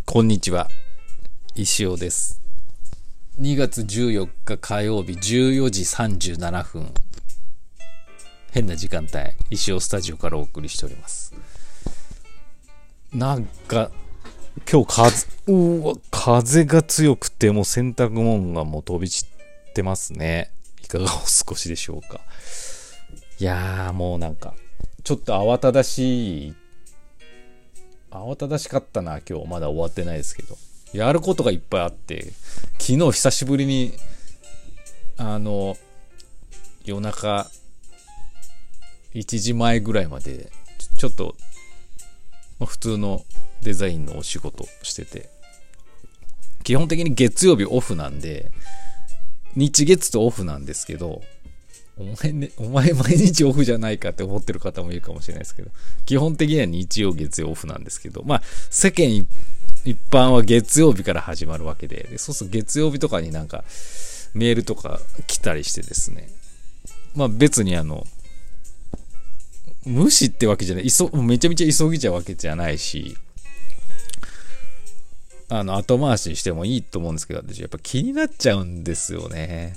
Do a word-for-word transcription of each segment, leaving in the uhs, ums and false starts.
こんにちは、石尾です。にがつじゅうよっか火曜日じゅうよじさんじゅうななふん、変な時間帯、石尾スタジオからお送りしております。なんか今日風うわ風が強くて、もう洗濯物がもう飛び散ってますね。いかがお過ごしでしょうか。いやーもうなんかちょっと慌ただしい慌ただしかったな。今日まだ終わってないですけど、やることがいっぱいあって、昨日久しぶりにあの夜中いちじまえぐらいまでちょっと普通のデザインのお仕事してて、基本的に月曜日オフなんで、日月とオフなんですけど、お前ね、お前毎日オフじゃないかって思ってる方もいるかもしれないですけど、基本的には日曜月曜オフなんですけど、まあ世間一般は月曜日から始まるわけで、でそうすると月曜日とかになんかメールとか来たりしてですね、まあ別にあの無視ってわけじゃない、急めちゃめちゃ急ぎちゃうわけじゃないし、あの後回しにしてもいいと思うんですけど、私やっぱ気になっちゃうんですよね。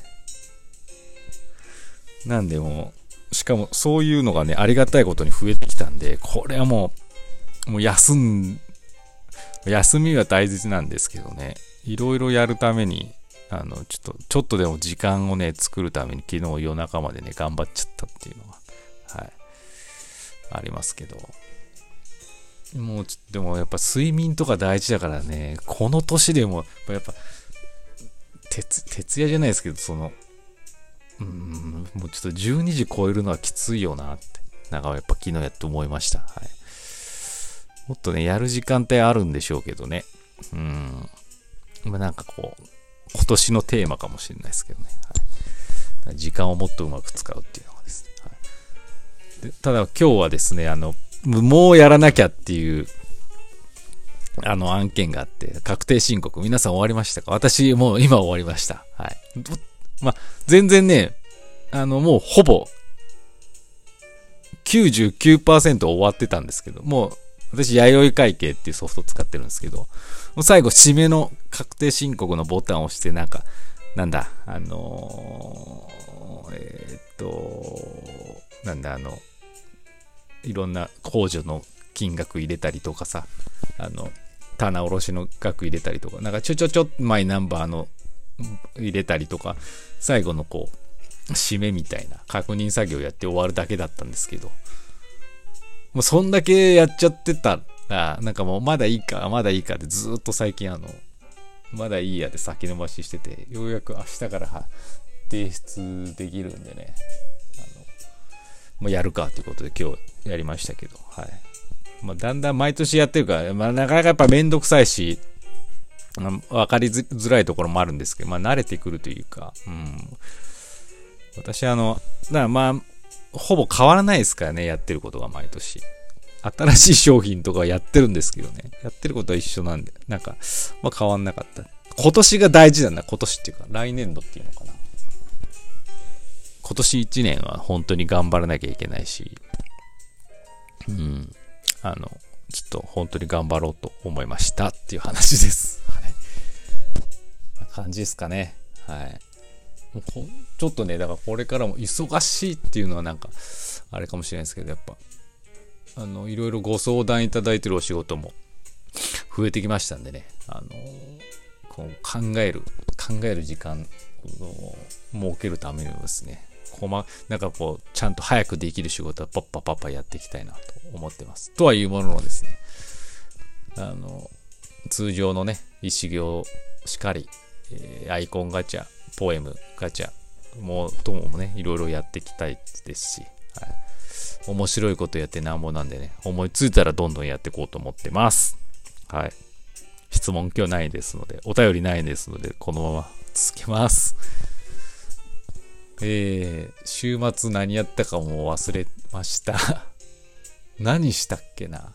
なんでもう、しかもそういうのがね、ありがたいことに増えてきたんで、これはもうもう休ん休みは大切なんですけどね、いろいろやるためにあのちょっとちょっとでも時間をね作るために、昨日夜中までね頑張っちゃったっていうのがはいありますけど、もうちょっとでもやっぱ睡眠とか大事だからね、この年でもやっぱ徹徹夜じゃないですけど、そのうーんもうちょっとじゅうにじ超えるのはきついよなって、なんかやっぱ昨日やって思いました。はい。もっとねやる時間帯あるんでしょうけどね。うーん。まあなんかこう今年のテーマかもしれないですけどね。はい、時間をもっとうまく使うっていうのがですね。はい、でただ今日はですね、あのもうやらなきゃっていうあの案件があって、確定申告皆さん終わりましたか？私もう今終わりました。はい。まあ、全然ね、あの、もうほぼ、きゅうじゅうきゅうパーセント 終わってたんですけど、もう、私、弥生会計っていうソフトを使ってるんですけど、もう最後、締めの確定申告のボタンを押して、なんか、なんだ、あのー、えー、っと、なんだ、あの、いろんな控除の金額入れたりとかさ、あの、棚卸しの額入れたりとか、なんかちょちょちょマイナンバーの入れたりとか、最後のこう締めみたいな確認作業やって終わるだけだったんですけど、もうそんだけやっちゃってたら、なんかもうまだいいかまだいいかでずっと最近あのまだいいやで先延ばししてて、ようやく明日から提出できるんでね、あのもうやるかということで今日やりましたけど、はい。まあ、だんだん毎年やってるから、まあ、なかなかやっぱめんどくさいし、分かりづらいところもあるんですけど、まあ慣れてくるというか、うん、私あのだからまあほぼ変わらないですからね、やってることが毎年新しい商品とかやってるんですけどね、やってることは一緒なんで、なんかまあ変わんなかった。今年が大事なんだ。今年っていうか来年度っていうのかな。今年いちねんは本当に頑張らなきゃいけないし、うんあのちょっと本当に頑張ろうと思いましたっていう話です。はい。な感じですかね。はい。もうちょっとね、だからこれからも忙しいっていうのはなんかあれかもしれないですけど、やっぱあのいろいろご相談いただいてるお仕事も増えてきましたんでね、あのこう考える考える時間を設けるためにですね、こまなんかこうちゃんと早くできる仕事はパッパパッパやっていきたいなと思ってます。とはいうもののですね、あの通常のね一行しかり、えー、アイコンガチャ、ポエムガチャもうともねいろいろやっていきたいですし、はい、面白いことやってなんぼなんでね、思いついたらどんどんやっていこうと思ってます。はい。質問今日ないですので、お便りないですので、このまま続けます。えー、週末何やったかも忘れました何したっけな。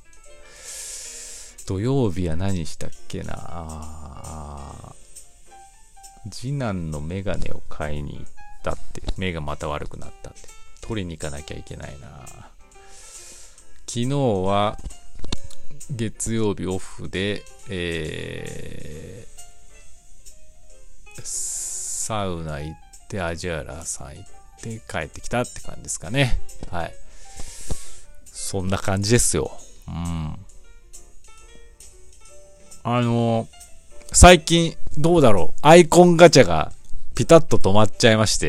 土曜日は何したっけな。次男のメガネを買いに行ったって、目がまた悪くなったって、取りに行かなきゃいけないな。昨日は月曜日オフで、えー、サウナ行って、アジアラーさん行って帰ってきたって感じですかね。はい。そんな感じですよ。うん。あの、最近、どうだろう。アイコンガチャがピタッと止まっちゃいまして、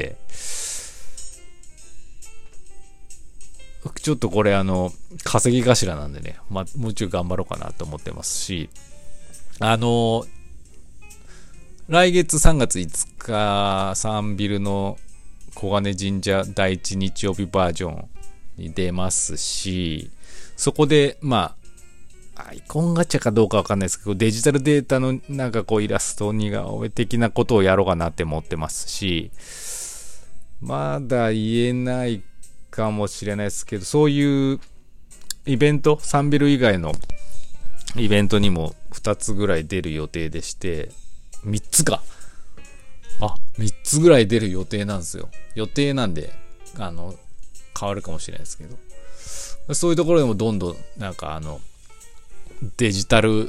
ちょっとこれあの、稼ぎ頭なんでね、まあ、もうちょい頑張ろうかなと思ってますし、あの、来月さんがついつか、サンビルの小金神社第一日曜日バージョンに出ますし、そこで、まあ、アイコンガチャかどうかわかんないですけど、デジタルデータのなんかこうイラスト似顔絵的なことをやろうかなって思ってますし、まだ言えないかもしれないですけど、そういうイベント、サンビル以外のイベントにもふたつぐらい出る予定でして、みっつか。あ、みっつぐらい出る予定なんですよ。予定なんで、あの、変わるかもしれないですけど。そういうところでもどんどん、なんかあの、デジタル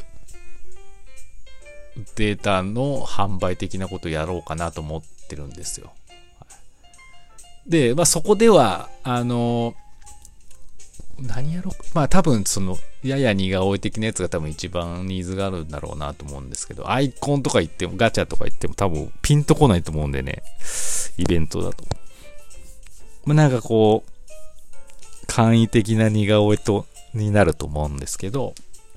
データの販売的なことをやろうかなと思ってるんですよ。で、まあそこでは、あの、何やろう、まあ多分その、やや似顔絵的なやつが多分一番ニーズがあるんだろうなと思うんですけど、アイコンとか言っても、ガチャとか言っても多分ピンとこないと思うんでね、イベントだと。まあなんかこう、簡易的な似顔絵と、になると思うんですけど、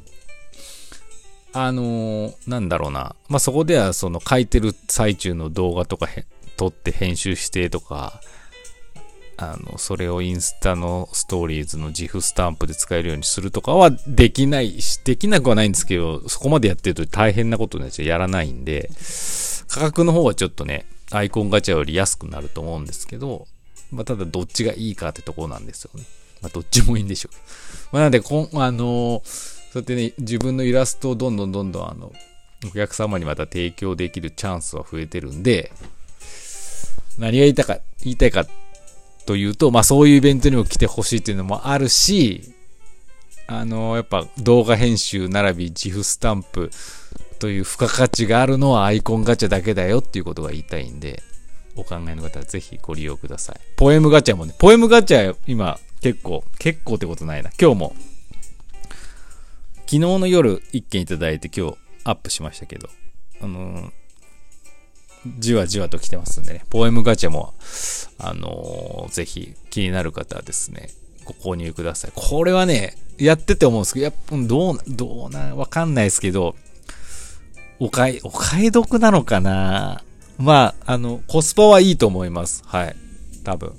あのー、なんだろうな。まあ、そこではその書いてる最中の動画とか撮って編集してとか、あの、それをインスタのストーリーズのジフスタンプで使えるようにするとかはできないし、できなくはないんですけど、そこまでやってると大変なことになっちゃやらないんで、価格の方はちょっとね、アイコンガチャより安くなると思うんですけど、まあ、ただどっちがいいかってところなんですよね。まあ、どっちもいいんでしょう。まあ、なんで、こん、あのー、そうやってね、自分のイラストをどんどんどんどんあの、お客様にまた提供できるチャンスは増えてるんで、何が言いたか、言いたいかというと、まあそういうイベントにも来てほしいっていうのもあるし、あの、やっぱ動画編集並びジフスタンプという付加価値があるのはアイコンガチャだけだよっていうことが言いたいんで、お考えの方はぜひご利用ください。ポエムガチャもね、ポエムガチャ今結構、結構ってことないな。今日も、昨日の夜一件いただいて今日アップしましたけど、あのー、じわじわと来てますんでね、ポエムガチャも、あのー、ぜひ気になる方はですね、ご購入ください。これはね、やってて思うんですけど、やっぱどう、どうな、わかんないですけど、お買い、お買い得なのかな？まあ、あの、コスパはいいと思います。はい。多分。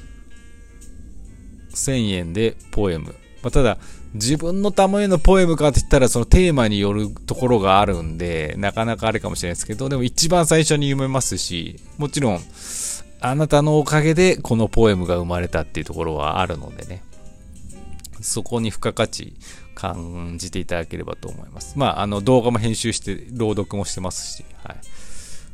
せんえんでポエム。まあ、ただ、自分のためのポエムかって言ったらそのテーマによるところがあるんで、なかなかあれかもしれないですけど、でも一番最初に読めますし、もちろん、あなたのおかげでこのポエムが生まれたっていうところはあるのでね。そこに付加価値感じていただければと思います。まあ、あの動画も編集して朗読もしてますし、はい。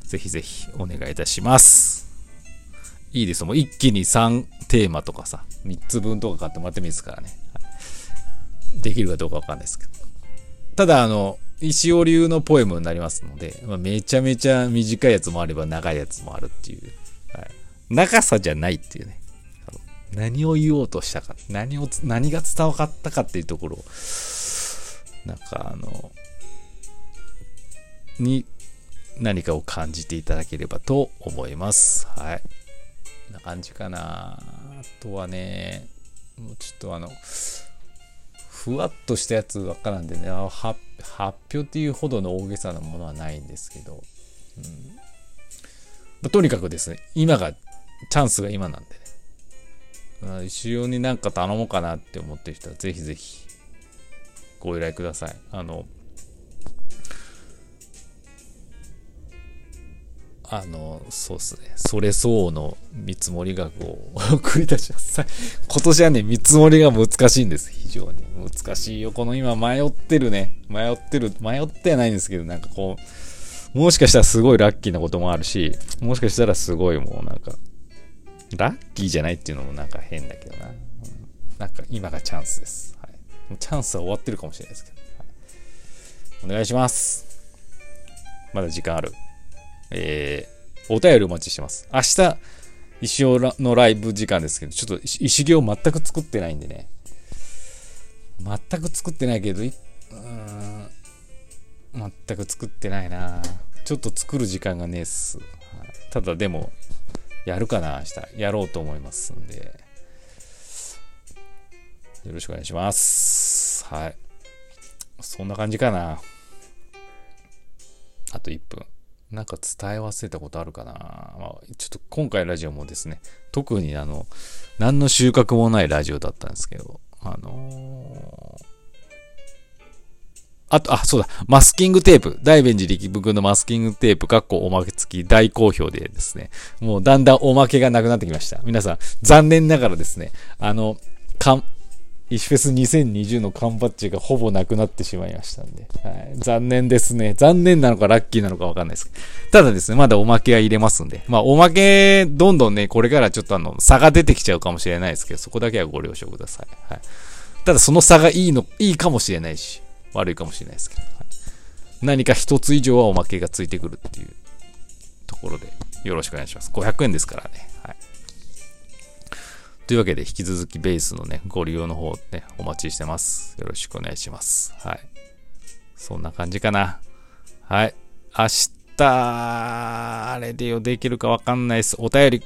ぜひぜひお願いいたします。いいです。もう一気にさんテーマとかさ、みっつぶんとか買ってもらってもいいですからね。できるかどうかわかんないですけど。ただ、あの、石尾流のポエムになりますので、まあ、めちゃめちゃ短いやつもあれば長いやつもあるっていう。はい、長さじゃないっていうね。何を言おうとしたか、何を、何が伝わったかっていうところを、なんかあの、に何かを感じていただければと思います。はい。こんな感じかな。あとはね、もうちょっとあの、ふわっとしたやつわからんでね、発表っていうほどの大げさなものはないんですけど、うんまあ、とにかくですね、今が、チャンスが今なんでね、一応になんか頼もうかなって思ってる人はぜひぜひご依頼ください。あの、あの、そうですね。それ相応の見積もり額を送り出します。今年はね、見積もりが難しいんです。非常に。難しいよ。この今迷ってるね。迷ってる。迷ってはないんですけど、なんかこう、もしかしたらすごいラッキーなこともあるし、もしかしたらすごいもうなんか、ラッキーじゃないっていうのもなんか変だけどな。うん、なんか今がチャンスです。はい。チャンスは終わってるかもしれないですけど。 お願いします。まだ時間ある。えー、お便りお待ちしてます。明日、石尾のライブ時間ですけど、ちょっと石行全く作ってないんでね。全く作ってないけど、うーん、全く作ってないな。ちょっと作る時間がねえっす。ただでも、やるかな、明日。やろうと思いますんで。よろしくお願いします。はい。そんな感じかな。あといっぷん。なんか伝え忘れたことあるかな。まあ、ちょっと今回ラジオもですね、特にあの、何の収穫もないラジオだったんですけど、あのー、あと、あ、そうだ、マスキングテープ、大弁寺力君のマスキングテープ、かっこおまけ付き大好評でですね、もうだんだんおまけがなくなってきました。皆さん、残念ながらですね、あの、かん、石フェスにせんにじゅうの缶バッジがほぼなくなってしまいましたんで、はい、残念ですね。残念なのかラッキーなのかわかんないですけど。ただですね、まだおまけは入れますんで、まあおまけ、どんどんね、これからちょっとあの、差が出てきちゃうかもしれないですけど、そこだけはご了承ください。はい。ただその差がいいの、いいかもしれないし、悪いかもしれないですけど、はい、何か一つ以上はおまけがついてくるっていうところで、よろしくお願いします。ごひゃくえんですからね。はい。というわけで、引き続きベースのね、ご利用の方ね、お待ちしてます。よろしくお願いします。はい。そんな感じかな。はい。明日、あれでよ、できるかわかんないです。お便り